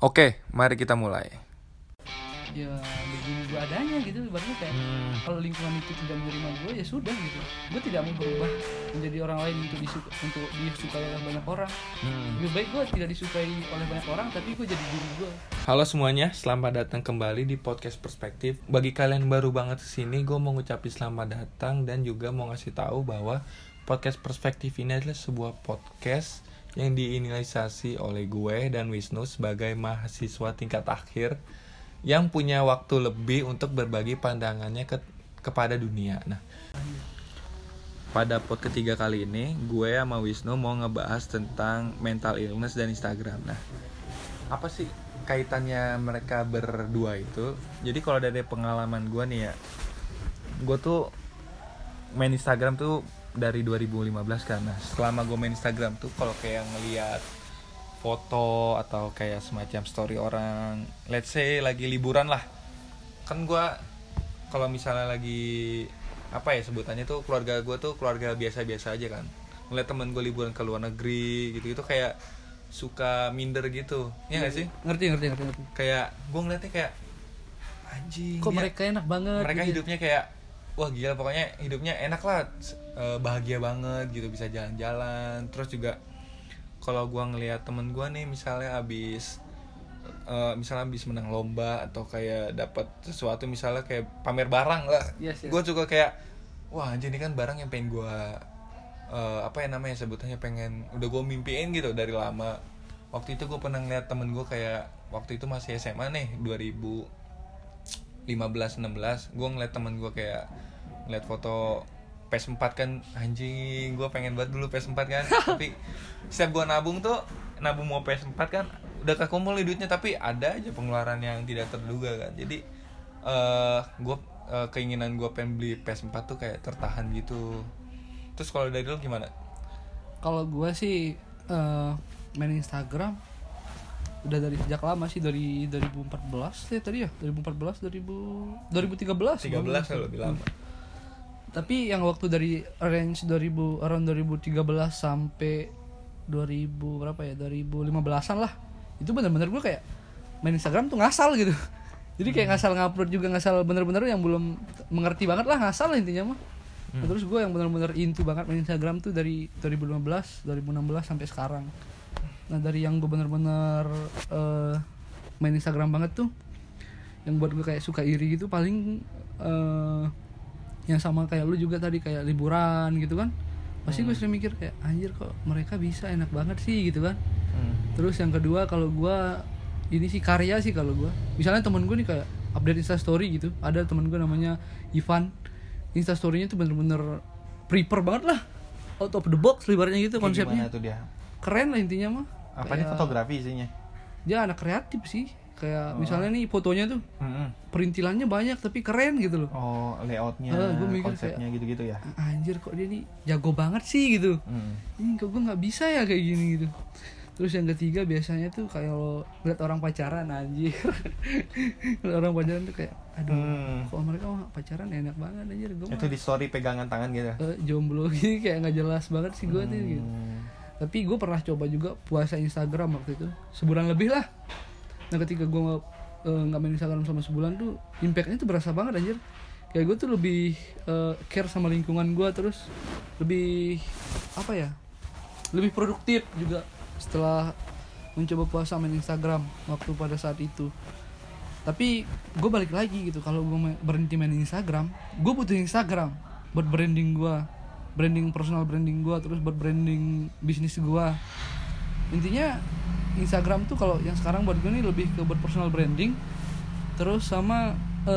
Oke, mari kita mulai. Ya begini gue adanya gitu, ibaratnya kayak kalau lingkungan itu tidak menerima gue ya sudah gitu. Gue tidak mau berubah menjadi orang lain untuk disukai oleh banyak orang. Lebih baik gue tidak disukai oleh banyak orang tapi gue jadi diri gue. Halo semuanya, selamat datang kembali di podcast Perspektif. Bagi kalian baru banget kesini, gue mau ngucapin selamat datang dan juga mau ngasih tahu bahwa podcast Perspektif ini adalah sebuah podcast yang diinisiasi oleh gue dan Wisnu sebagai mahasiswa tingkat akhir yang punya waktu lebih untuk berbagi pandangannya kepada dunia. Nah, pada pod ketiga kali ini, gue sama Wisnu mau ngebahas tentang mental illness dan Instagram. Nah, apa sih kaitannya mereka berdua itu? Jadi kalau dari pengalaman gue nih ya, gue tuh main Instagram tuh dari 2015 kan. Nah, selama gue main Instagram tuh kalau kayak ngeliat foto atau kayak semacam story orang, let's say lagi liburan lah, kan gue kalau misalnya lagi apa ya sebutannya tuh, keluarga gue tuh keluarga biasa-biasa aja kan, ngeliat temen gue liburan ke luar negeri gitu kayak suka minder gitu, ya nggak sih? Ngerti. Kayak gue ngeliatnya kayak anjing, Kok mereka enak banget? mereka gitu. hidupnya kayak wah gila, pokoknya hidupnya enak lah, bahagia banget gitu, bisa jalan-jalan. Terus juga kalau gue ngelihat temen gue nih misalnya abis menang lomba atau kayak dapat sesuatu, misalnya kayak pamer barang lah, Yes. gue juga kayak wah anjir, ini kan barang yang pengen gue apa ya namanya sebutannya, pengen udah gue mimpiin gitu dari lama. Waktu itu gue pernah ngeliat temen gue kayak waktu itu masih SMA nih, 2015-16, gue ngeliat temen gue kayak ngeliat foto PS4 kan, anjing gue pengen banget dulu PS4 kan. Tapi setiap gue nabung mau PS4 kan udah kekumpul nih duitnya, tapi ada aja pengeluaran yang tidak terduga kan. Jadi keinginan gue pengen beli PS4 tuh kayak tertahan gitu. Terus kalau dari lo gimana? Kalau gue sih main Instagram udah dari sejak lama sih, dari 2014 ya tadi ya, 2013 kalau lebih lama. Tapi yang waktu dari range 2013 sampai 2000 berapa ya, 2015-an lah, itu benar-benar gue kayak main Instagram tuh ngasal gitu. Jadi kayak ngasal ngupload juga, ngasal bener-bener yang belum mengerti banget lah, ngasal intinya mah. Nah, terus gue yang benar-benar into banget main Instagram tuh dari 2015, 2016 sampai sekarang. Nah, dari yang gue benar-benar main Instagram banget tuh, yang buat gue kayak suka iri gitu paling yang sama kayak lu juga tadi, kayak liburan gitu kan. Pasti gue sering mikir kayak anjir, kok mereka bisa enak banget sih gitu kan. Terus yang kedua, kalau gue ini sih karya sih, kalau gue misalnya temen gue nih kayak update Insta story gitu, ada temen gue namanya Ivan, Insta story-nya tuh bener-bener prepare banget lah, out of the box ibaratnya gitu konsepnya. Gimana tuh dia? Keren lah intinya mah. Apa nih, fotografi isinya? Dia anak kreatif sih. Kayak misalnya nih fotonya tuh perintilannya banyak tapi keren gitu loh. Oh, layoutnya, konsepnya kayak, gitu-gitu ya. Anjir, kok dia nih jago banget sih gitu. Ini kok gue nggak bisa ya kayak gini gitu. Terus yang ketiga biasanya tuh kayak lo lihat orang pacaran, anjir. Lihat orang pacaran tuh kayak aduh, kok mereka pacaran enak banget anjir. Gua itu di story pegangan tangan gitu. Jomblo gitu, kayak nggak jelas banget sih gue tuh gitu. Tapi gue pernah coba juga puasa Instagram waktu itu, sebulan lebih lah. Nah, ketika gue nggak main Instagram selama sebulan tuh, impactnya tuh berasa banget anjir. Kayak gue tuh lebih care sama lingkungan gue, terus lebih apa ya, lebih produktif juga setelah mencoba puasa main Instagram waktu pada saat itu. Tapi gue balik lagi gitu, kalau gue berhenti main Instagram, gue butuh Instagram buat branding gue, branding personal branding gue, terus buat branding bisnis gue. Intinya Instagram tuh kalau yang sekarang buat gue nih lebih ke buat personal branding, terus sama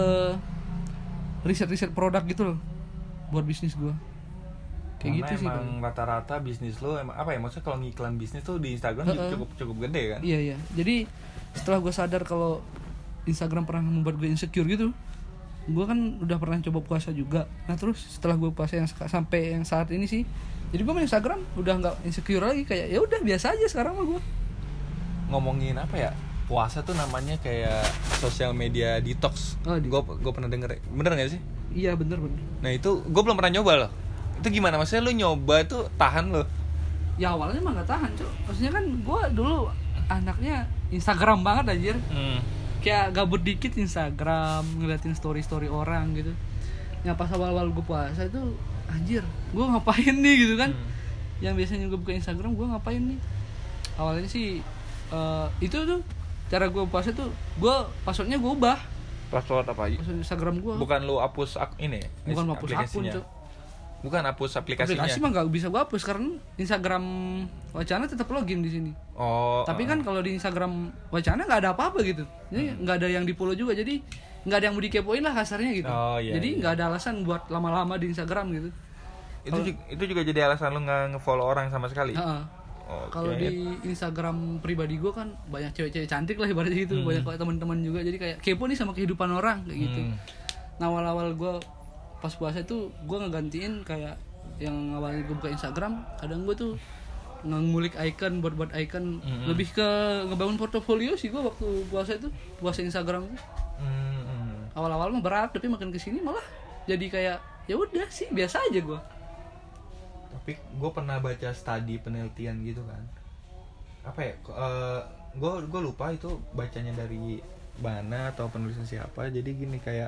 riset produk gitu loh buat bisnis gue. Kayak karena gitu sih. Emang rata-rata bisnis lo emang apa ya, maksudnya kalau ngiklan bisnis tuh di Instagram cukup gede kan? Iya. Jadi setelah gue sadar kalau Instagram pernah membuat gue insecure gitu, gue kan udah pernah coba puasa juga. Nah, terus setelah gue puasa yang sampai yang saat ini sih, jadi gue main Instagram udah nggak insecure lagi, kayak ya udah biasa aja sekarang mah gue. Ngomongin apa ya, puasa tuh namanya kayak social media detox. Gue pernah denger, bener nggak sih? Iya bener. Nah itu gue belum pernah nyoba loh. Itu gimana, maksudnya lu nyoba tuh tahan loh? Ya awalnya mah nggak tahan, Cok. Maksudnya kan gue dulu anaknya Instagram banget anjir. Kayak gabut dikit Instagram, ngeliatin story orang gitu. Ya pas awal-awal gue puasa itu anjir, gue ngapain nih gitu kan. Yang biasanya gue buka Instagram, gue ngapain nih. Awalnya sih itu tuh cara gue puasa tuh, gue passwordnya gue ubah. Password apa aja? Password Instagram gue. Bukan lu hapus ini? Bukan hapus akun, Cok. Bukan hapus aplikasinya. Aplikasi mah nggak bisa gue hapus karena Instagram Wacana tetap login di sini. Oh. Tapi kan kalau di Instagram Wacana nggak ada apa-apa gitu. Jadi nggak ada yang di follow juga. Jadi nggak ada yang mau dikepoin lah kasarnya gitu. Oh, iya, jadi nggak ada alasan buat lama-lama di Instagram gitu. Itu juga jadi alasan lu nggak nge-follow orang sama sekali. Okay. Kalau di Instagram pribadi gue kan banyak cewek-cewek cantik lah ibaratnya gitu. Banyak teman-teman juga. Jadi kayak kepo nih sama kehidupan orang kayak gitu. Nah awal-awal gue pas puasa itu gue ngegantiin kayak yang awalnya gue buka Instagram, kadang gue tuh ngulik icon, buat icon, lebih ke ngebangun portofolio sih gue waktu puasa itu, puasa Instagram itu. Awal-awal mah berat, tapi makin kesini malah jadi kayak ya udah sih biasa aja gue. Tapi gue pernah baca studi penelitian gitu kan, apa ya? Gue lupa itu bacanya dari mana atau penulisan siapa. Jadi gini kayak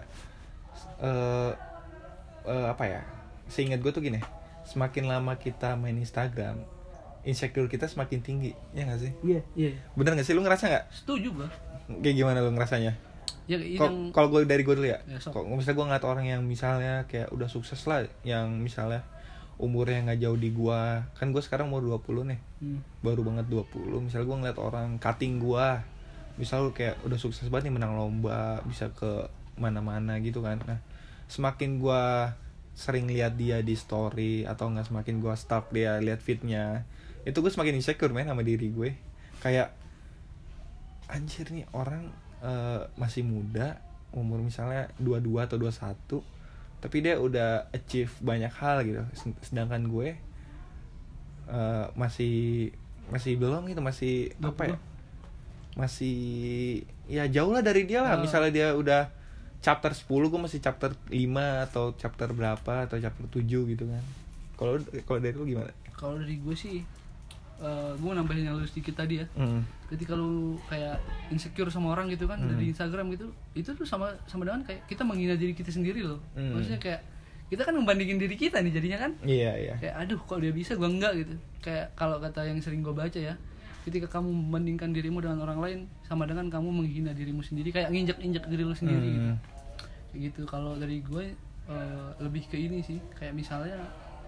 apa ya, seingat gue tuh gini, semakin lama kita main Instagram, insecure kita semakin tinggi, ya nggak sih? Iya. Bener nggak sih, lu ngerasa nggak? Setuju gue. Kayak gimana lu ngerasanya? Ya, kalau gue dari gue dulu ya, so. Kok misalnya gue ngeliat orang yang misalnya kayak udah sukses lah, yang misalnya umurnya nggak jauh di gue, kan gue sekarang umur 20 nih, baru banget 20. Misalnya gue ngeliat orang cutting gue, misalnya kayak udah sukses banget nih, menang lomba, bisa ke mana-mana gitu kan. Nah semakin gue sering lihat dia di story atau nggak, semakin gue stalk dia, lihat feednya, itu gue semakin insecure men sama diri gue. Kayak anjir nih orang masih muda, umur misalnya 22 atau 21, tapi dia udah achieve banyak hal gitu, sedangkan gue masih belum gitu, masih 20. Apa ya, masih ya jauh lah dari dia lah. Misalnya dia udah chapter 10, gue masih chapter 5 atau chapter berapa atau chapter 7 gitu kan. Kalau dari lu gimana? Kalau dari gue sih gue nambahin yang lu sedikit tadi ya. Ketika lu kayak insecure sama orang gitu kan, dari Instagram gitu, itu tuh sama dengan kayak kita menghina diri kita sendiri loh. Maksudnya kayak kita kan membandingin diri kita nih jadinya kan. Iya. Kayak aduh kok dia bisa, gue enggak gitu. Kayak kalau kata yang sering gue baca ya, ketika kamu membandingkan dirimu dengan orang lain, sama dengan kamu menghina dirimu sendiri, kayak nginjek diri lu sendiri gitu. Kayak gitu. Kalau dari gue lebih ke ini sih, kayak misalnya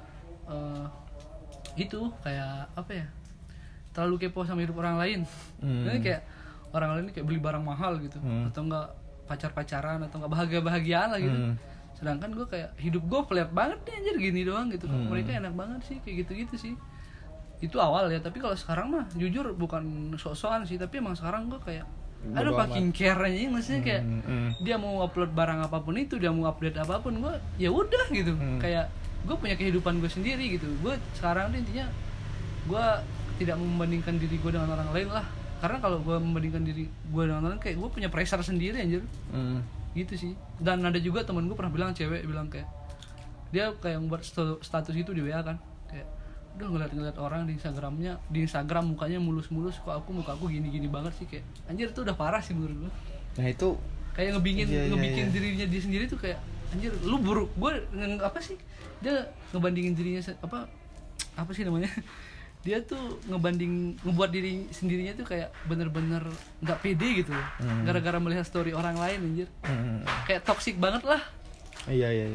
itu kayak apa ya, terlalu kepo sama hidup orang lain. Jadi kayak orang lain kayak beli barang mahal gitu, atau enggak pacaran atau enggak bahagiaan lah gitu. Sedangkan gue kayak hidup gue pelit banget nih anjir, gini doang gitu. Mereka enak banget sih kayak gitu-gitu sih. Itu awal ya, tapi kalau sekarang mah jujur bukan sok-sokan sih, tapi emang sekarang gue kayak aduh makin care aja, maksudnya kayak dia mau upload barang apapun itu, dia mau update apapun, gue ya udah gitu. Kayak gue punya kehidupan gue sendiri gitu. Gue sekarang tuh intinya gue tidak membandingkan diri gue dengan orang lain lah, karena kalau gue membandingkan diri gue dengan orang lain, kayak gue punya pressure sendiri anjir. Gitu sih. Dan ada juga temen gue pernah bilang, cewek bilang kayak dia kayak buat status gitu di WA kan, kayak udah ngeliat orang di Instagram mukanya mulus-mulus, kok muka aku gini-gini banget sih. Kayak anjir itu udah parah sih menurut gue. Nah itu kayak ngebikin dirinya dia sendiri tuh kayak anjir lu buruk. Gue apa sih, dia ngebandingin dirinya apa sih namanya, dia tuh ngebuat diri sendirinya tuh kayak bener-bener nggak pede gitu, gara-gara melihat story orang lain anjir. Kayak toxic banget lah. Iya.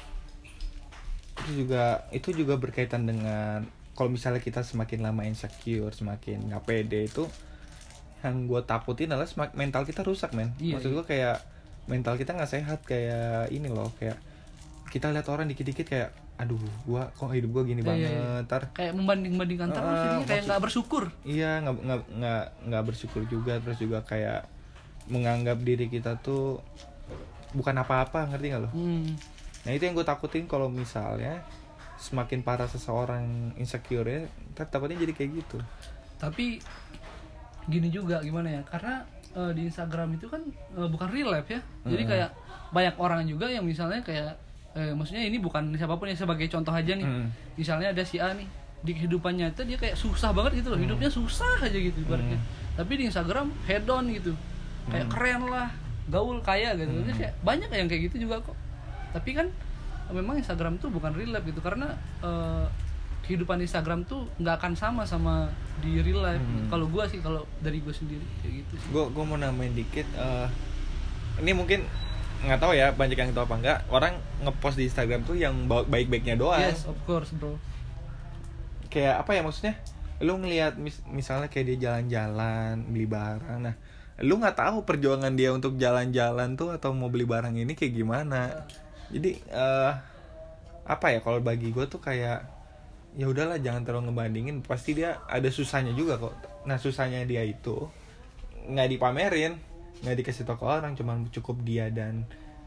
Itu juga berkaitan dengan kalau misalnya kita semakin lama insecure, semakin nggak pede, itu yang gue takutin adalah mental kita rusak men. Maksud gue kayak mental kita nggak sehat. Kayak ini loh, kayak kita lihat orang dikit-dikit kayak aduh gua kok hidup gua gini banget. Kayak membanding-bandingkan terus, jadinya kayak nggak bersyukur. Iya, nggak bersyukur juga. Terus juga kayak menganggap diri kita tuh bukan apa-apa, ngerti nggak lo? Nah itu yang gue takutin kalau misalnya semakin parah seseorang insecure ya, takutnya jadi kayak gitu. Tapi gini juga, gimana ya, karena di Instagram itu kan bukan real life ya. Jadi kayak banyak orang juga yang misalnya kayak maksudnya ini bukan siapapun ya, sebagai contoh aja nih. Misalnya ada si A nih, di kehidupannya itu dia kayak susah banget gitu loh, hidupnya susah aja gitu ibaratnya. Tapi di Instagram head on gitu, kayak keren lah, gaul, kaya gitu. Jadi kayak banyak yang kayak gitu juga kok. Tapi kan memang Instagram tuh bukan real life gitu, karena kehidupan Instagram tuh nggak akan sama di real life. Kalau gue sih, kalau dari gue sendiri kayak gitu. Gue mau nambahin dikit. Ini mungkin nggak tahu ya banyak yang tahu apa enggak. Orang ngepost di Instagram tuh yang baik-baiknya doang. Yes, of course bro. Kayak apa ya maksudnya? Lu ngelihat misalnya kayak dia jalan-jalan beli barang. Nah, lu nggak tahu perjuangan dia untuk jalan-jalan tuh atau mau beli barang ini kayak gimana. Jadi apa ya, kalau bagi gue tuh kayak ya udahlah, jangan terlalu ngebandingin. Pasti dia ada susahnya juga kok. Nah, susahnya dia itu nggak dipamerin, nggak dikasih tau ke orang, cuman cukup dia dan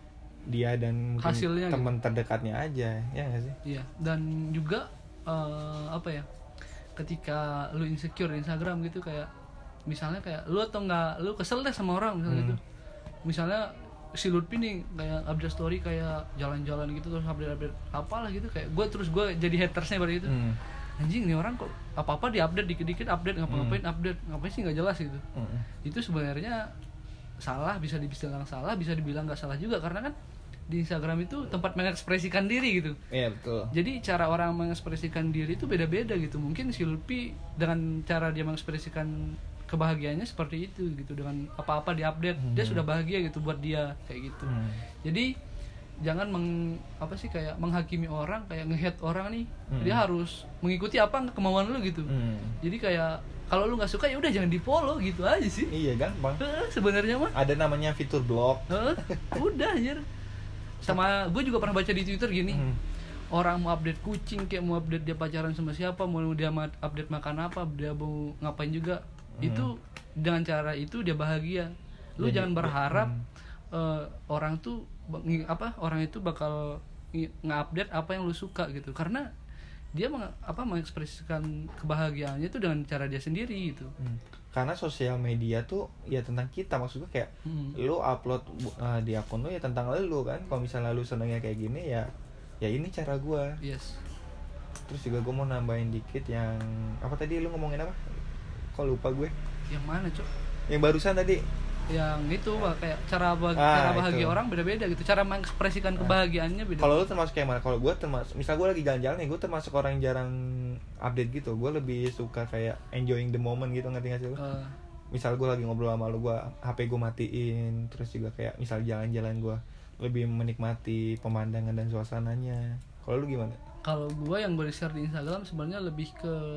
hasilnya teman terdekatnya aja, ya nggak sih? Iya. Dan juga apa ya, ketika lu insecure di Instagram gitu, kayak misalnya kayak lu atau enggak lu kesel deh sama orang misalnya gitu. Misalnya si Lutfi nih kayak update story kayak jalan-jalan gitu, terus update apalah gitu, kayak gue jadi hatersnya pada itu. Anjing, nih orang kok apa-apa di-update, dikit-dikit update, ngapain ngapain sih nggak jelas gitu. Itu sebenarnya salah, bisa dibilang salah, bisa dibilang nggak salah juga, karena kan di Instagram itu tempat mengekspresikan diri gitu. Iya, betul. Jadi cara orang mengekspresikan diri itu beda-beda gitu. Mungkin si Lutfi dengan cara dia mengekspresikan kebahagiaannya seperti itu gitu, dengan apa-apa diupdate dia sudah bahagia gitu buat dia kayak gitu. Jadi jangan kayak menghakimi orang, kayak nge-hate orang nih. Dia harus mengikuti apa kemauan lu gitu. Jadi kayak kalau lu nggak suka ya udah jangan di-follow gitu aja sih. Iya, gampang. Sebenarnya mah ada namanya fitur blog. Udah anjir. Sama gue juga pernah baca di Twitter gini, orang mau update kucing, kayak mau update dia pacaran sama siapa, mau dia update makan apa, dia mau ngapain juga, itu dengan cara itu dia bahagia. Lu jangan berharap orang itu bakal nge-update apa yang lu suka gitu, karena dia mengekspresikan kebahagiaannya itu dengan cara dia sendiri gitu. Karena sosial media tuh ya tentang kita, maksudnya kayak lu upload di akun lu ya tentang lu kan. Kalau misalnya lu senengnya kayak gini ya ini cara gua. Yes. Terus juga gua mau nambahin dikit yang apa tadi, lu ngomongin apa? Kok lupa gue. Yang mana, Cok? Yang barusan tadi. Yang itu kayak cara bahagia orang beda-beda gitu, cara mengekspresikan kebahagiaannya beda. Kalau lu termasuk kayak mana? Kalau gue termasuk, misal gue lagi jalan-jalan nih, gue termasuk orang yang jarang update gitu. Gue lebih suka kayak enjoying the moment gitu, ngerti gak sih lu? Misal gue lagi ngobrol sama lu, gue HP gue matiin, terus juga kayak misal jalan-jalan gue lebih menikmati pemandangan dan suasananya. Kalau lu gimana? Kalau gue yang gue share di Instagram sebenarnya lebih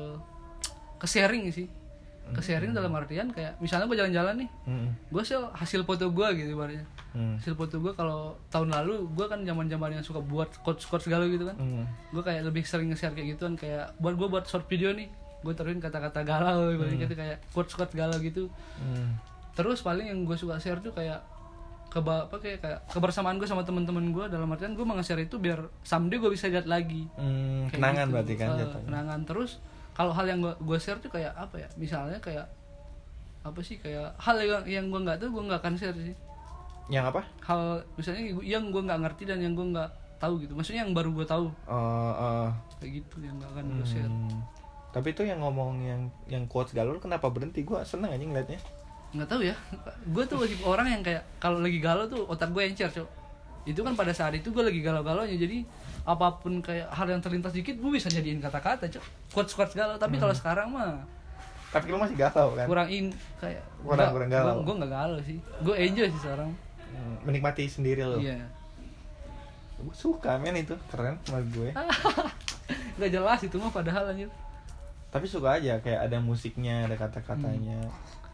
ke sharing sih. Ke sharing dalam artian kayak misalnya gue jalan-jalan nih, gue share hasil foto gue gitu ibaratnya. Hasil foto gue kalau tahun lalu gue kan zaman-zaman yang suka buat quotes segala gitu kan. Gue kayak lebih sering nge-share kayak gituan, kayak gue buat short video nih, gue taruhin kata-kata galau ibaratnya gitu, kayak quotes galau gitu. Terus paling yang gue suka share tuh kayak kayak kebersamaan gue sama teman-teman gue, dalam artian gue mau nge-share itu biar someday gue bisa lihat lagi. Kenangan gitu. Berarti kan kenangan. Terus kalau hal yang gue share tuh kayak apa ya, misalnya kayak apa sih, kayak hal yang gue nggak tahu, gue nggak akan share sih. Yang apa? Hal misalnya yang gue nggak ngerti dan yang gue nggak tahu gitu, maksudnya yang baru gue tahu. Kayak gitu yang nggak akan gue share. Tapi itu yang ngomong yang quotes galur, kenapa berhenti? Gue seneng aja ngeliatnya. Nggak tahu ya, gue tuh tipe orang yang kayak kalau lagi galau tuh otak gue encer, Cok. Itu kan pada saat itu gue lagi galau-galaunya, jadi apapun kayak hal yang terlintas dikit gue bisa jadiin kata-kata, Cok. Quotes galau. Tapi kalau sekarang mah, tapi lu masih galau kan? Kurang galau. Gue nggak galau sih, gue enjoy sih sekarang. Menikmati sendiri lo. Iya. Gue suka men, itu keren menurut gue. Nggak jelas itu mah padahal anjir. Tapi suka aja kayak ada musiknya, ada kata-katanya.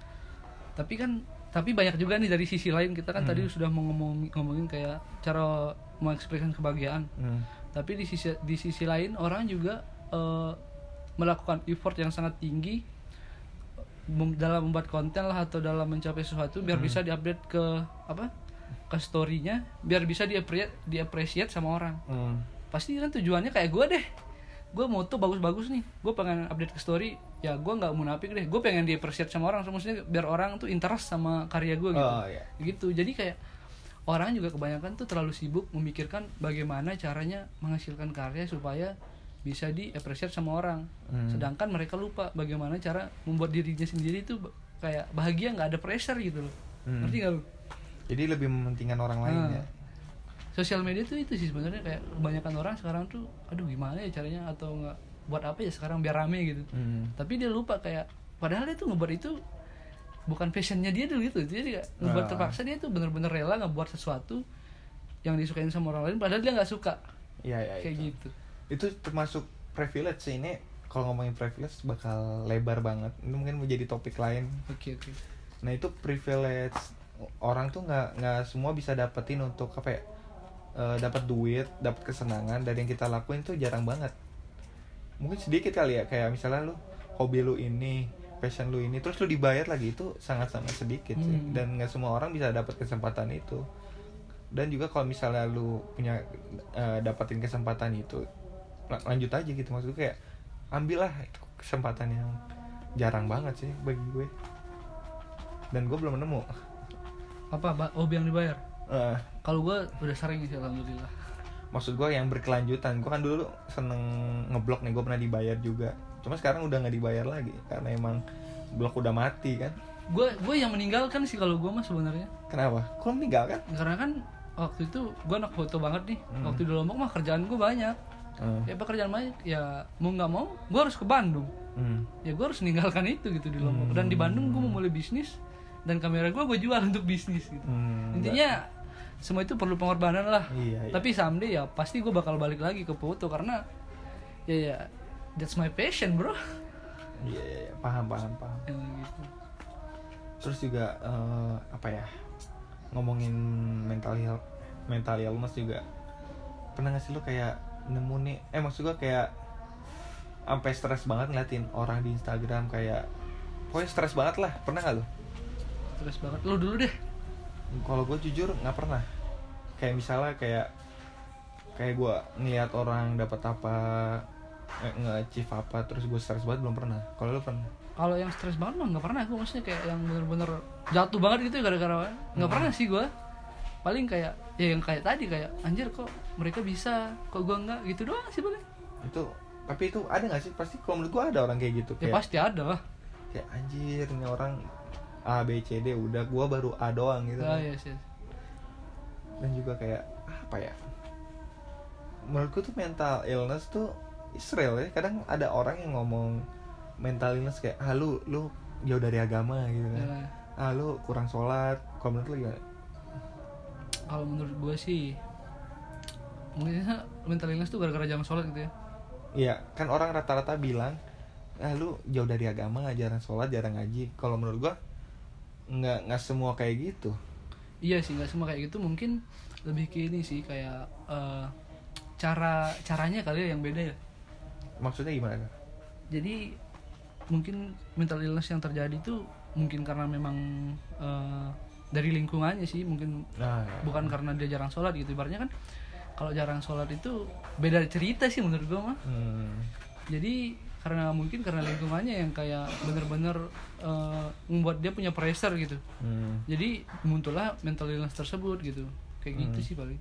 Tapi banyak juga nih dari sisi lain, kita kan tadi sudah ngomongin kayak cara mengekspresikan kebahagiaan. Tapi di sisi lain orang juga melakukan effort yang sangat tinggi dalam membuat konten lah atau dalam mencapai sesuatu biar bisa diupdate ke story-nya, biar bisa di-appreciate sama orang. Pasti kan tujuannya kayak gue deh. Gue moto bagus-bagus nih, gue pengen update ke story, ya gue nggak munafik deh, gue pengen di-appreciate sama orang, maksudnya biar orang tuh interest sama karya gue gitu. Gitu. Jadi kayak orang juga kebanyakan tuh terlalu sibuk memikirkan bagaimana caranya menghasilkan karya supaya bisa di-appreciate sama orang. Sedangkan mereka lupa bagaimana cara membuat dirinya sendiri tuh kayak bahagia nggak ada pressure gitu loh. Ngerti gak lu? Jadi lebih mementingkan orang lain ya. Sosial media tuh itu sih sebenarnya, kayak kebanyakan orang sekarang tuh aduh gimana ya caranya, atau nggak buat apa ya sekarang biar rame gitu. Tapi dia lupa kayak padahal dia tuh ngebuat itu bukan passionnya dia dulu gitu. Jadi ngebuat terpaksa, dia tuh bener-bener rela ngebuat sesuatu yang disukain sama orang lain padahal dia nggak suka. Iya kayak itu. Gitu. Itu termasuk privilege sih. Ini kalau ngomongin privilege bakal lebar banget. Ini mungkin menjadi topik lain. Oke. Nah itu privilege orang tuh nggak semua bisa dapetin untuk apa ya, dapat duit, dapat kesenangan dari yang kita lakuin tuh jarang banget. Mungkin sedikit kali ya, kayak misalnya lu hobi lu ini, passion lu ini, terus lu dibayar lagi, itu sangat-sangat sedikit sih. Dan nggak semua orang bisa dapat kesempatan itu. Dan juga kalau misalnya lu punya dapetin kesempatan itu, lanjut aja gitu. Maksudnya kayak ambillah itu kesempatan yang jarang banget sih bagi gue. Dan gue belum nemu. Apa hobi yang dibayar? Kalau gue udah sering sih alhamdulillah. Maksud gue yang berkelanjutan. Gue kan dulu seneng ngeblog nih, gue pernah dibayar juga. Cuma sekarang udah nggak dibayar lagi karena emang blog udah mati kan. Gue yang meninggalkan sih kalau gue mah sebenarnya. Kenapa? Kok meninggalkan? Karena kan waktu itu gue anak foto banget nih. Waktu di Lombok mah kerjaan gue banyak. Ya pekerjaan banyak, ya mau nggak mau gue harus ke Bandung. Ya gue harus meninggalkan itu gitu di Lombok. Dan di Bandung gue mau mulai bisnis, dan kamera gue jual untuk bisnis gitu. Intinya semua itu perlu pengorbanan lah. Iya. Tapi someday ya pasti gue bakal balik lagi ke foto karena ya that's my passion bro. Iya, paham. Ya, gitu. Terus juga apa ya, ngomongin mental illness juga, pernah nggak sih lu kayak nemu nih, maksud gue kayak sampai stres banget ngeliatin orang di Instagram, kayak pokoknya stres banget lah, pernah nggak lu? Stres banget, lu dulu deh. Kalau gue jujur nggak pernah. Kayak misalnya kayak gue ngeliat orang dapat apa, nge-achieve apa, terus gue stres banget, belum pernah. Kalau lu pernah? Kalau yang stres banget mah nggak pernah. Gue maksudnya kayak yang bener-bener jatuh banget gitu gara-gara nggak pernah sih gue. Paling kayak ya yang kayak tadi, kayak anjir kok mereka bisa, kok gue nggak, gitu doang sih paling. Itu tapi itu ada nggak sih? Pasti kalau menurut gue ada orang kayak gitu. Ya kayak, pasti ada lah. Kayak anjir ini orang A B C D udah, gue baru A doang gitu. Yes. Dan juga kayak apa ya, menurutku tuh mental illness tuh Israel ya. Kadang ada orang yang ngomong mental illness kayak lu jauh dari agama gitu kan. Lu kurang sholat. Kalau menurut lu gimana? Kalau menurut gue sih mungkin mental illness tuh gara-gara jarang sholat gitu ya. Iya, kan orang rata-rata bilang lu jauh dari agama, jarang sholat, jarang ngaji. Kalau menurut gue nggak semua kayak gitu. Iya sih, nggak semua kayak gitu. Mungkin lebih ke ini sih, kayak caranya kali ya yang beda ya. Maksudnya gimana? Jadi mungkin mental illness yang terjadi tuh mungkin karena memang dari lingkungannya sih, mungkin bukan karena dia jarang sholat gitu. Ibaratnya kan kalau jarang sholat itu beda cerita sih menurut gue mah. Jadi mungkin karena lingkungannya yang kayak bener-bener membuat dia punya pressure gitu. Jadi muncullah mental illness tersebut gitu. Kayak gitu sih paling.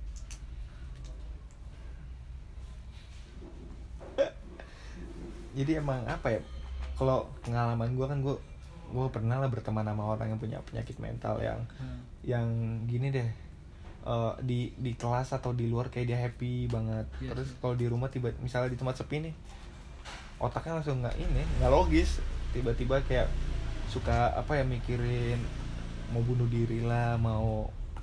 Jadi emang apa ya, kalau pengalaman gue kan, gue pernah lah berteman sama orang yang punya penyakit mental yang gini deh, di kelas atau di luar kayak dia happy banget. Terus kalau di rumah misalnya di tempat sepi nih, otaknya langsung nggak logis, tiba-tiba kayak suka apa ya, mikirin mau bunuh diri lah, mau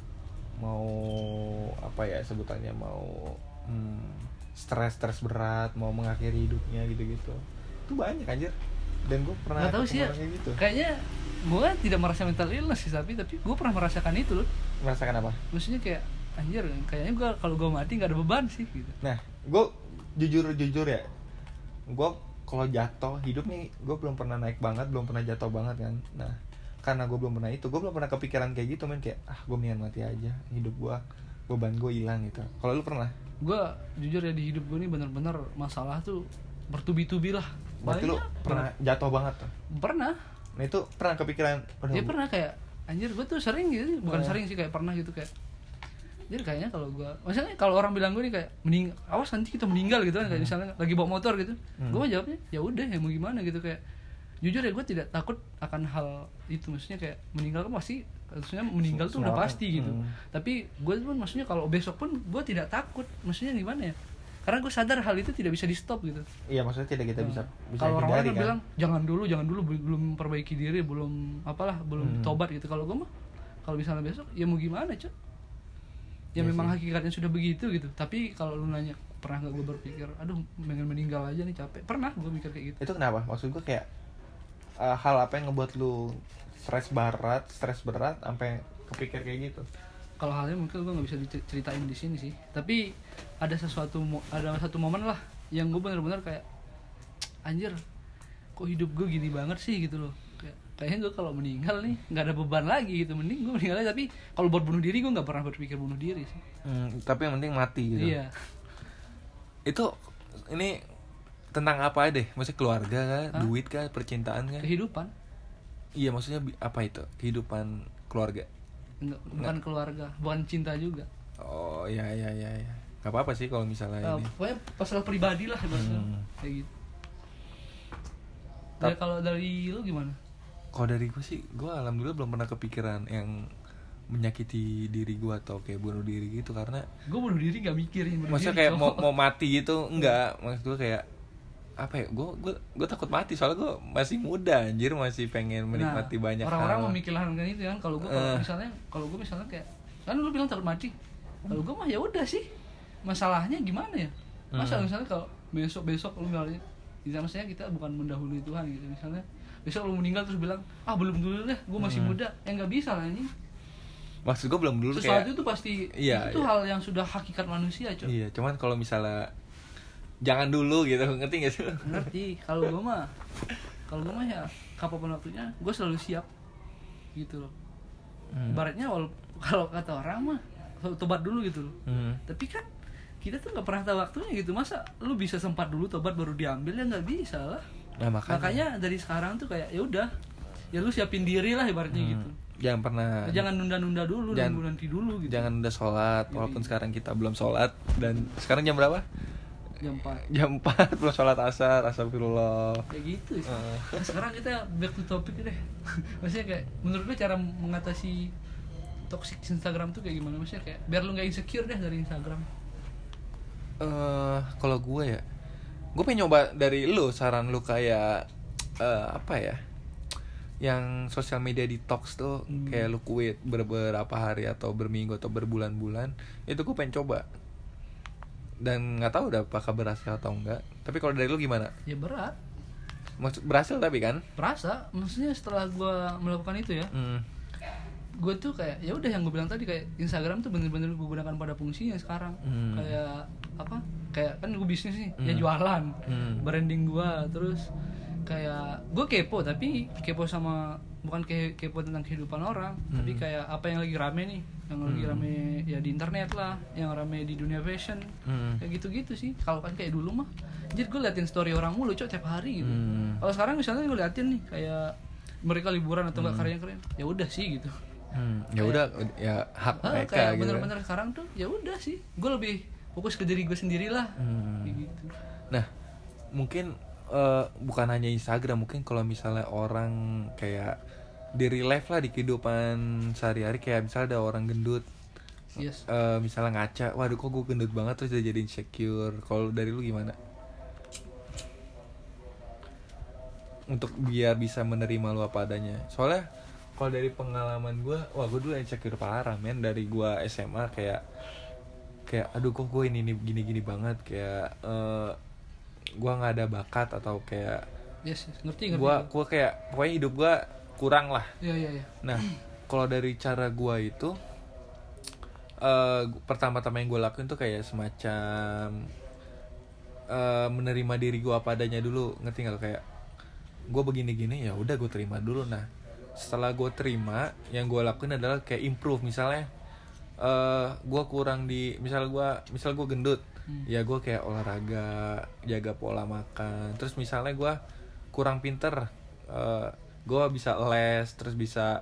apa ya sebutannya, mau stres berat, mau mengakhiri hidupnya gitu-gitu. Itu banyak anjir. Dan gue pernah nggak tahu sih ya, gitu. Kayaknya gue tidak merasa mental illness sih, tapi gue pernah merasakan itu loh. Merasakan apa? Maksudnya kayak anjir, kayaknya gue kalau gue mati nggak ada beban sih gitu. Nah, gue jujur ya, gue kalau jatuh hidup nih, gue belum pernah naik banget, belum pernah jatuh banget kan. Nah, karena gue belum pernah itu, gue belum pernah kepikiran kayak gitu, kayak gue mendingan mati aja, hidup gue, beban gue hilang gitu. Kalau lu pernah? Gue jujur ya, di hidup gue nih bener-bener masalah tuh bertubi-tubi lah. Berarti lu pernah jatuh banget tuh? Pernah. Nah itu pernah kepikiran? Ya pernah, kayak anjir gue tuh sering gitu, bukan sering sih, kayak pernah gitu, kayak jadi kayaknya kalau gue, maksudnya kalau orang bilang gue nih kayak awas nanti kita meninggal gitu kan, kayak misalnya lagi bawa motor gitu, gue mah jawabnya ya udah, ya mau gimana gitu, kayak jujur ya gue tidak takut akan hal itu, maksudnya kayak meninggal kan pasti, maksudnya meninggal tuh udah Semua pasti gitu. Tapi gue pun maksudnya kalau besok pun gue tidak takut, maksudnya gimana ya, karena gue sadar hal itu tidak bisa di stop gitu. Iya, maksudnya tidak kita bisa Kalau orang-orang kan kan bilang jangan dulu belum perbaiki diri, belum apalah, belum tobat gitu. Kalau gue mah kalau misalnya besok ya mau gimana Cok, ya memang hakikatnya sudah begitu gitu. Tapi kalau lu nanya pernah nggak gue berpikir aduh pengen meninggal aja nih, capek, pernah gue mikir kayak gitu. Itu kenapa? Maksud gue kayak hal apa yang ngebuat lu stres berat sampai kepikir kayak gitu? Kalau halnya mungkin gue nggak bisa diceritain di sini sih, tapi ada satu momen lah yang gue benar-benar kayak anjir kok hidup gue gini banget sih gitu loh. Kayaknya gue kalau meninggal nih nggak ada beban lagi gitu, mending gue meninggal aja. Tapi kalau buat bunuh diri gue nggak pernah berpikir bunuh diri sih. Tapi yang penting mati gitu. Iya. Itu ini tentang apa deh? Maksudnya keluarga kah, duit kah, percintaan kah? Kehidupan. Iya, maksudnya apa itu? Kehidupan keluarga. Bukan keluarga, bukan cinta juga. Oh, iya. Gak apa-apa sih kalau misalnya ini. Pokoknya masalah pribadi lah kayak gitu. Ya, kalau dari lu gimana? Kalau dari gue sih, gue alhamdulillah belum pernah kepikiran yang menyakiti diri gue atau kayak bunuh diri gitu, karena gue bunuh diri gak mikirin. maksudnya kayak mau mati gitu, enggak. Maksud gue kayak apa ya, gue takut mati soalnya gue masih muda anjir, masih pengen menikmati banyak orang-orang hal. memikirkan itu kan. Kalau gue misalnya kayak kan lu bilang takut mati, kalau gue mah ya udah sih, masalahnya gimana ya, misalnya kalau besok lu misalnya maksudnya kita bukan mendahului Tuhan gitu, misalnya besok lu meninggal terus bilang belum dulu deh, gue masih muda, ya nggak bisa lah ini. Maksud gue belum dulu sesuatu kayak itu pasti iya, itu hal yang sudah hakikat manusia coy. Iya, cuman kalau misalnya jangan dulu gitu, ngerti gak sih? Ngerti. Kalau gue mah ya kapanpun waktunya gue selalu siap gitu loh. Ibaratnya kalau kata orang mah tobat dulu gitu loh. Tapi kan kita tuh nggak pernah tahu waktunya gitu, masa lu bisa sempat dulu tobat baru diambil, ya nggak bisa lah. Nah, makanya dari sekarang tuh kayak ya udah, ya lu siapin diri lah ibaratnya gitu. Jangan nunda-nunda dulu, nanti dulu gitu. Jangan nunda sholat, walaupun sekarang kita belum sholat. Dan sekarang jam berapa? Jam 4 belum sholat asar, astagfirullah. Kayak gitu sih. Nah, sekarang kita back to topic deh. Maksudnya kayak menurut gue cara mengatasi toxic Instagram tuh kayak gimana? Maksudnya kayak biar lu gak insecure deh dari Instagram. Kalau gue ya, gue pengen nyoba dari lu, saran lu kayak apa ya, yang sosial media detox tuh, kayak lu quit beberapa hari atau berminggu atau berbulan-bulan. Itu gue pengen coba, dan nggak tahu udah apakah berhasil atau enggak. Tapi kalau dari lu gimana? Ya berat. Berhasil tapi kan? Berasa, maksudnya setelah gue melakukan itu ya, gue tuh kayak ya udah yang gue bilang tadi, kayak Instagram tuh bener-bener gue gunakan pada fungsinya sekarang. Kayak apa? Kayak kan gue bisnis nih, ya jualan, branding gue, terus kayak gue kepo, tapi kepo sama bukan kepo tentang kehidupan orang, tapi kayak apa yang lagi rame nih, yang lagi rame ya di internet lah, yang rame di dunia fashion, kayak gitu-gitu sih. Kalau kan kayak dulu mah, jadi gue liatin story orang mulu tiap hari gitu. Kalau sekarang misalnya gue liatin nih kayak mereka liburan atau nggak karya keren, ya udah sih gitu. Ya udah, ya hak mereka kayak gitu. Bener-bener sekarang tuh ya udah sih, gue lebih fokus ke diri gue sendiri lah, kayak gitu. Nah, mungkin bukan hanya Instagram, mungkin kalau misalnya orang kayak di real life lah, di kehidupan sehari-hari, kayak misalnya ada orang gendut, misalnya ngaca, waduh kok gue gendut banget, terus dia jadi insecure. Kalau dari lu gimana? Untuk biar bisa menerima lu apa adanya. Soalnya kalau dari pengalaman gue, wah gue dulu insecure parah men. Dari gue SMA kayak aduh kok gue ini gini banget, kayak gue nggak ada bakat atau kayak ngerti gue kayak pokoknya hidup gue kurang lah. Iya. Nah, kalau dari cara gue itu pertama-tama yang gue lakuin tuh kayak semacam menerima diri gue apa adanya dulu, ngerti nggak? Kayak gue begini-gini, ya udah gue terima dulu. Nah, setelah gue terima, yang gue lakuin adalah kayak improve. Misalnya gue kurang di misal gue gendut, ya gue kayak olahraga, jaga pola makan. Terus misalnya gue kurang pinter, gue bisa les, terus bisa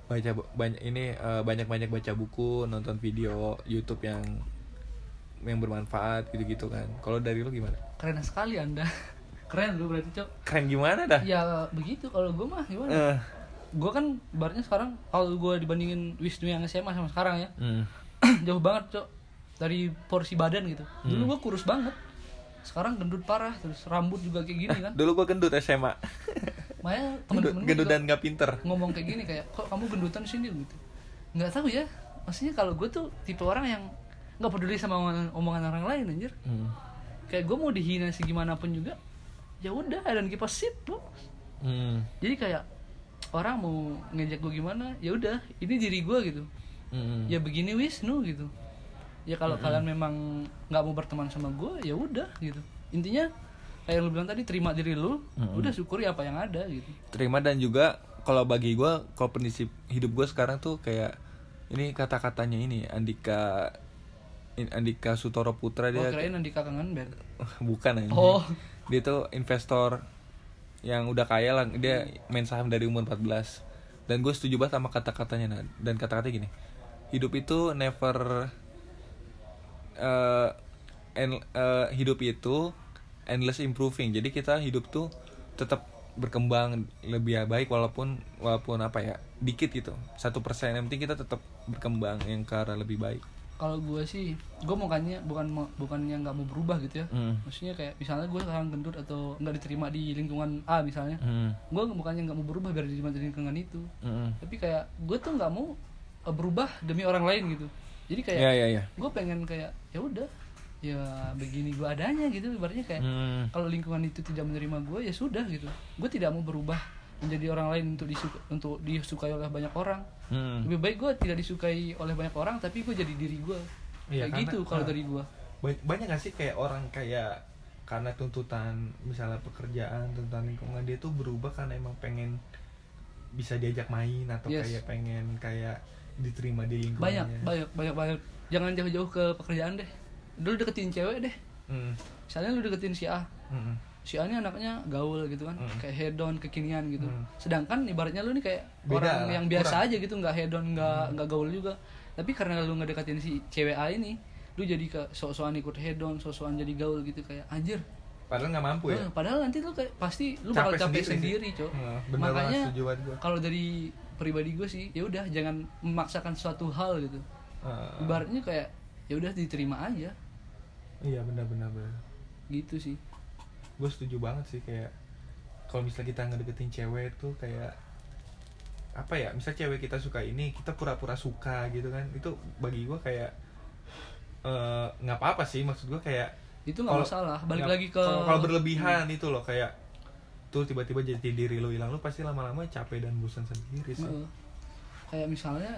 banyak baca buku, nonton video YouTube yang bermanfaat gitu kan. Kalau dari lu gimana? Keren sekali Anda. Keren lu berarti, Cok. Keren gimana dah? Ya begitu kalau gue mah gimana? Gue kan ibaratnya sekarang kalau gue dibandingin Wisnu yang SMA sama sekarang ya, jauh banget, Cok, dari porsi badan gitu. Dulu gue kurus banget, sekarang gendut parah, terus rambut juga kayak gini kan. Dulu gue gendut SMA. Makanya temen-temen Gendut dan gak pinter. ngomong kayak gini kayak, kok kamu gendutan sini gitu. Nggak tahu ya, maksudnya kalau gue tuh tipe orang yang nggak peduli sama omongan orang lain anjir. Kayak gue mau dihina segimana pun juga, ya udah, dan kipas sip tuh. Jadi kayak orang mau ngejek gue gimana, ya udah, ini diri gue gitu. Ya begini Wisnu gitu. Ya kalau kalian memang nggak mau berteman sama gue, ya udah gitu. Intinya kayak lu bilang tadi, terima diri lu, udah syukuri apa yang ada gitu. Terima, dan juga kalau bagi gue, kalau prinsip hidup gue sekarang tuh kayak ini kata-katanya ini Andika Sutoro Putra, dia Kirain Andika Kangen Band. bukan aja. Dia tuh investor yang udah kaya lah, dia main saham dari umur 14. Dan gue setuju banget sama kata-katanya. Dan kata-katanya gini, hidup itu never hidup itu endless improving. Jadi kita hidup tuh tetap berkembang lebih baik, walaupun apa ya, dikit gitu, 1%. Yang penting kita tetap berkembang yang ke arah lebih baik. Kalau gue sih, gue bukannya nggak mau berubah gitu ya. Maksudnya kayak misalnya gue sekarang gendut atau nggak diterima di lingkungan A misalnya, gue bukannya nggak mau berubah biar diterima di lingkungan itu. Tapi kayak gue tuh nggak mau berubah demi orang lain gitu. Jadi kayak gue pengen kayak ya udah, ya begini gue adanya gitu. Ibaratnya kayak kalau lingkungan itu tidak menerima gue, ya sudah gitu. Gue tidak mau berubah menjadi orang lain untuk disukai oleh banyak orang. Lebih baik gue tidak disukai oleh banyak orang, tapi gue jadi diri gue. Kayak gitu kalau dari gue. Banyak gak sih kayak orang kayak karena tuntutan misalnya pekerjaan, tuntutan lingkungan, dia tuh berubah karena emang pengen bisa diajak main atau kayak pengen kayak diterima di lingkungannya. Banyak. Jangan jauh-jauh ke pekerjaan deh. Dulu deketin cewek deh. Misalnya lu deketin si A. Si A ini anaknya gaul gitu kan, kayak hedon, kekinian gitu. Sedangkan ibaratnya lu nih kayak beda orang yang biasa aja gitu, nggak hedon, nggak gaul juga. Tapi karena lu ngedeketin si cewek A ini, lu jadi ke sok-sokan ikut hedon, sok-sokan jadi gaul gitu, kayak anjir. Padahal nggak mampu ya. Padahal nanti lu kayak pasti lu bakal capek sendiri, Cok. Makanya kalau dari pribadi gue sih, ya udah jangan memaksakan suatu hal gitu. Ibaratnya kayak ya udah diterima aja. Iya, benar. Gitu sih. Gue setuju banget sih, kayak kalau misalnya kita ngedeketin cewek tuh kayak apa ya, misal cewek kita suka ini, kita pura-pura suka gitu kan, itu bagi gue kayak nggak apa-apa sih. Maksud gue kayak itu nggak masalah, balik lagi ke kalau berlebihan itu loh, kayak tuh tiba-tiba jadi diri lo hilang, lo pasti lama-lama capek dan bosan sendiri sih. Kayak misalnya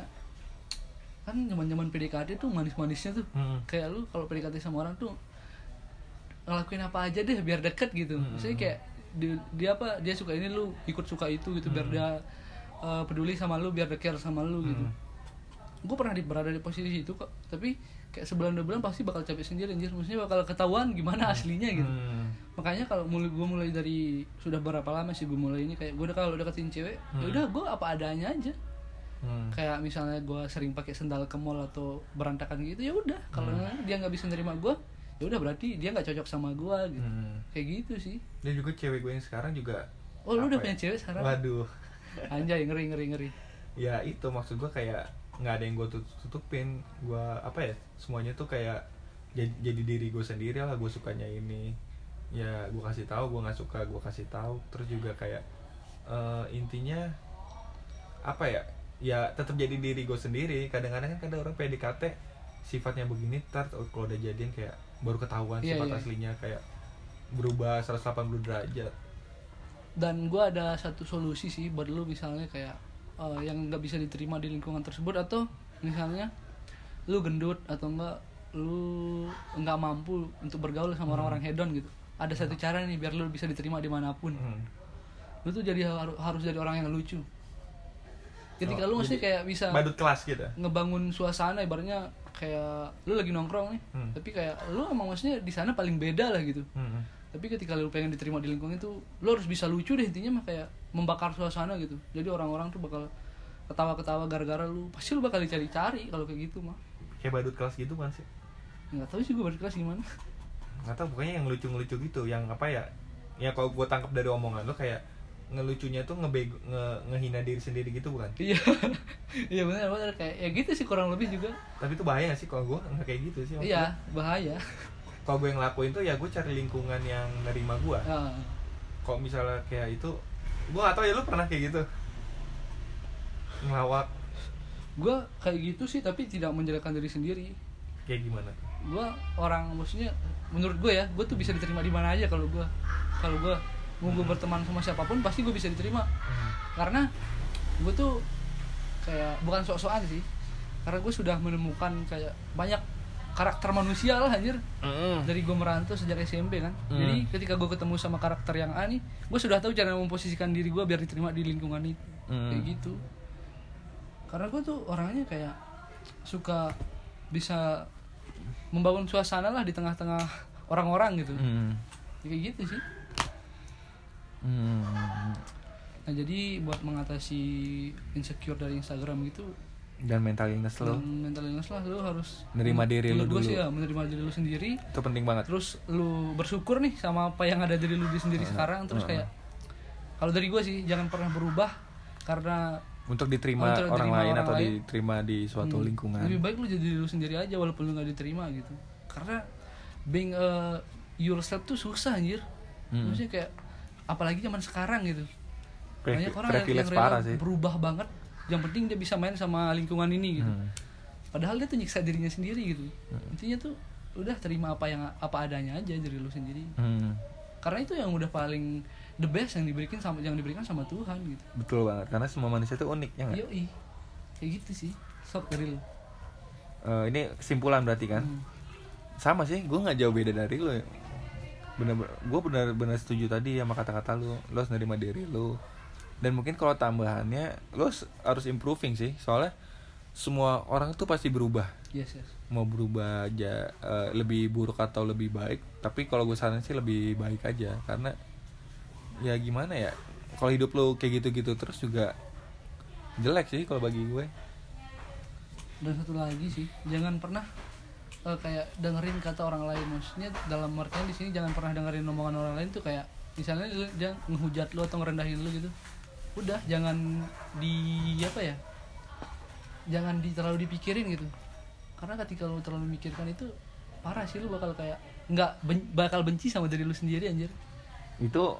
kan zaman-zaman PDKT tuh manis-manisnya tuh, kayak lu kalau PDKT sama orang tuh ngelakuin apa aja deh biar deket gitu. Maksudnya kayak dia suka ini, lu ikut suka itu gitu, biar dia peduli sama lu, biar dia care sama lu gitu. Gue pernah berada di posisi itu kok, tapi kayak sebulan 2 bulan pasti bakal capek sendiri anjir. Maksudnya bakal ketahuan gimana aslinya gitu. Makanya kalau gue mulai dari, sudah berapa lama sih gue mulai ini, kayak gue udah kalau deketin cewek, ya udah gue apa adanya aja. Kayak misalnya gue sering pakai sendal ke mall atau berantakan gitu, ya udah kalau dia nggak bisa nerima gue, ya udah berarti dia nggak cocok sama gue gitu. Kayak gitu sih. Dan juga cewek gue yang sekarang juga. Oh, lu udah punya cewek sekarang? Waduh. Anjay, ngeri. Ya itu maksud gue, kayak nggak ada yang gue tutupin. Gue apa ya, semuanya tuh kayak jadi diri gue sendiri lah. Gue sukanya ini, ya gue kasih tahu. Gue nggak suka, gue kasih tahu. Terus juga kayak intinya apa ya, ya tetap jadi diri gue sendiri. Kadang-kadang kan orang PDKT sifatnya begini, kalau udah jadian kayak baru ketahuan sifat aslinya, kayak berubah 180 derajat. Dan gue ada satu solusi sih buat lu, misalnya kayak yang nggak bisa diterima di lingkungan tersebut, atau misalnya lu gendut atau enggak lu nggak mampu untuk bergaul sama orang-orang hedon gitu. Ada satu cara nih biar lu bisa diterima dimanapun. Lu tuh jadi harus jadi orang yang lucu. Ketika lu mesti kayak bisa badut kelas gitu, ngebangun suasana, ibaratnya kayak lu lagi nongkrong nih, tapi kayak lu emang maksudnya di sana paling beda lah gitu. Tapi ketika lu pengen diterima di lingkungan itu, lu harus bisa lucu deh, intinya mah kayak membakar suasana gitu. Jadi orang-orang tuh bakal ketawa-ketawa gara-gara lu, pasti lu bakal dicari-cari kalau kayak gitu mah. Kayak badut kelas gitu kan sih? Nggak tahu sih gue badut kelas gimana. Nggak tahu, pokoknya yang lucu-lucu gitu, yang apa ya, ya kalau gue tangkap dari omongan lo kayak ngelucunya tuh ngehina diri sendiri gitu bukan? Iya. Iya benar kayak ya gitu sih kurang lebih juga. Tapi itu bahaya gak sih kalau gue nggak kayak gitu sih? Iya, bahaya. Kalau gue yang ngelakuin tuh ya gue cari lingkungan yang nerima gue. Kalau misalnya kayak itu, gue gak tau ya, lu pernah kayak gitu ngelawak? Gue kayak gitu sih, tapi tidak menjelekkan diri sendiri. Kayak gimana? Gue orang, maksudnya menurut gue ya, gue tuh bisa diterima di mana aja. Kalau gue mau gue berteman sama siapapun pasti gue bisa diterima. Karena gue tuh kayak bukan sok-sokan sih, karena gue sudah menemukan kayak banyak karakter manusia lah anjir. Dari gue merantau sejak SMP kan. Jadi ketika gue ketemu sama karakter yang A nih, gue sudah tahu cara memposisikan diri gue biar diterima di lingkungan itu. Kayak gitu. Karena gue tuh orangnya kayak suka bisa membangun suasana lah di tengah-tengah orang-orang gitu. Kayak gitu sih. Nah jadi buat mengatasi insecure dari Instagram gitu dan mental illness lo lo harus menerima diri lo dulu sih ya, menerima diri lo sendiri itu penting banget. Terus lo bersyukur nih sama apa yang ada diri lo sendiri sekarang. Terus kayak kalau dari gue sih jangan pernah berubah karena untuk diterima orang lain atau diterima di suatu lingkungan. Lebih baik lo jadi diri lo sendiri aja walaupun lo nggak diterima gitu. Karena being yourself tuh susah anjir. Maksudnya kayak apalagi zaman sekarang gitu. Banyak orang yang rela berubah banget. Yang penting dia bisa main sama lingkungan ini gitu. Padahal dia tuh nyiksa dirinya sendiri gitu. Intinya tuh udah terima apa adanya aja dari lu sendiri. Karena itu yang udah paling the best yang diberikan sama Tuhan gitu. Betul banget, karena semua manusia tuh unik ya nggak? Yoi, kayak gitu sih. Sok dari lu. Ini kesimpulan berarti kan? Sama sih, gue nggak jauh beda dari lu. Gue benar-benar setuju tadi sama kata-kata lu. Lu harus nerima diri lu. Dan mungkin kalau tambahannya lo harus improving sih, soalnya semua orang tuh pasti berubah. Yes. Mau berubah aja lebih buruk atau lebih baik, tapi kalau gue saran sih lebih baik aja. Karena ya gimana ya, kalau hidup lo kayak gitu-gitu terus juga jelek sih kalau bagi gue. Dan satu lagi sih, jangan pernah kayak dengerin kata orang lain. Maksudnya dalam artian di sini jangan pernah dengerin omongan orang lain tuh kayak misalnya dia ngehujat lo atau ngerendahin lo gitu. Udah jangan jangan terlalu dipikirin gitu. Karena ketika lo terlalu memikirkan itu parah sih, lo bakal kayak bakal benci sama diri lo sendiri anjir. Itu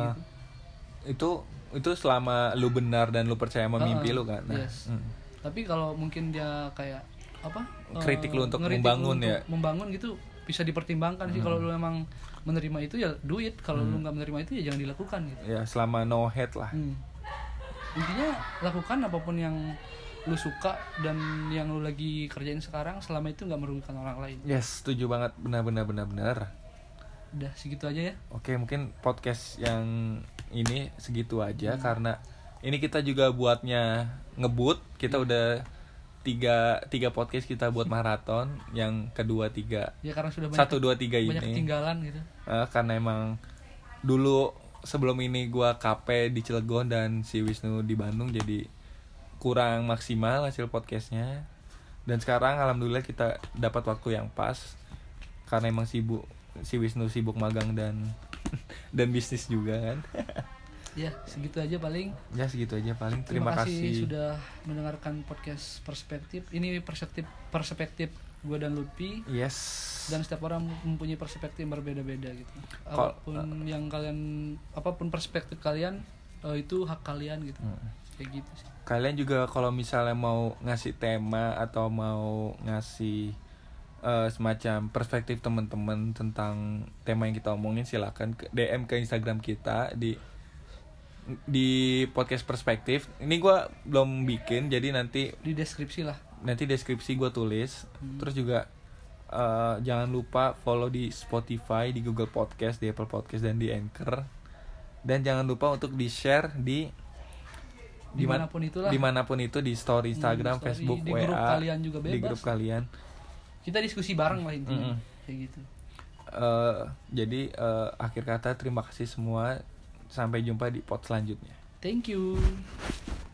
itu selama lu benar dan lu percaya sama mimpi lu kan. Nah, yes. Tapi kalau mungkin dia kayak kritik lu untuk membangun gitu bisa dipertimbangkan sih. Kalau lu emang menerima itu ya do it. Kalau lu nggak menerima itu ya jangan dilakukan gitu. Ya selama no hate lah. Intinya lakukan apapun yang lu suka dan yang lu lagi kerjain sekarang selama itu nggak merugikan orang lain. Yes, setuju banget, benar. Udah segitu aja ya. Oke, mungkin podcast yang ini segitu aja karena ini kita juga buatnya ngebut. Kita udah tiga podcast kita buat maraton, yang kedua tiga ya karena sudah banyak 1, 2, 3 ini banyak ketinggalan gitu. Karena emang dulu sebelum ini gua KP di Cilegon dan si Wisnu di Bandung, jadi kurang maksimal hasil podcastnya. Dan sekarang alhamdulillah kita dapat waktu yang pas karena emang si Wisnu sibuk magang dan bisnis juga kan. Ya segitu aja paling. Terima kasih sudah mendengarkan podcast Perspektif. Ini perspektif gue dan Lutfi. Yes. Dan setiap orang mempunyai perspektif yang berbeda-beda gitu. Apapun perspektif kalian itu hak kalian gitu. Kayak gitu sih. Kalian juga kalau misalnya mau ngasih tema atau mau ngasih semacam perspektif teman-teman tentang tema yang kita omongin, silakan DM ke Instagram kita di podcast Perspektif. Ini gue belum bikin, jadi nanti di deskripsi lah. Nanti deskripsi gue tulis. Terus juga jangan lupa follow di Spotify, di Google Podcast, di Apple Podcast, dan di Anchor. Dan jangan lupa untuk di share dimanapun itu di story Instagram, Facebook, di WA, grup kalian juga bebas. Di grup kalian. Kita diskusi bareng lah intinya. Kayak gitu. Jadi akhir kata terima kasih semua. Sampai jumpa di pod selanjutnya. Thank you.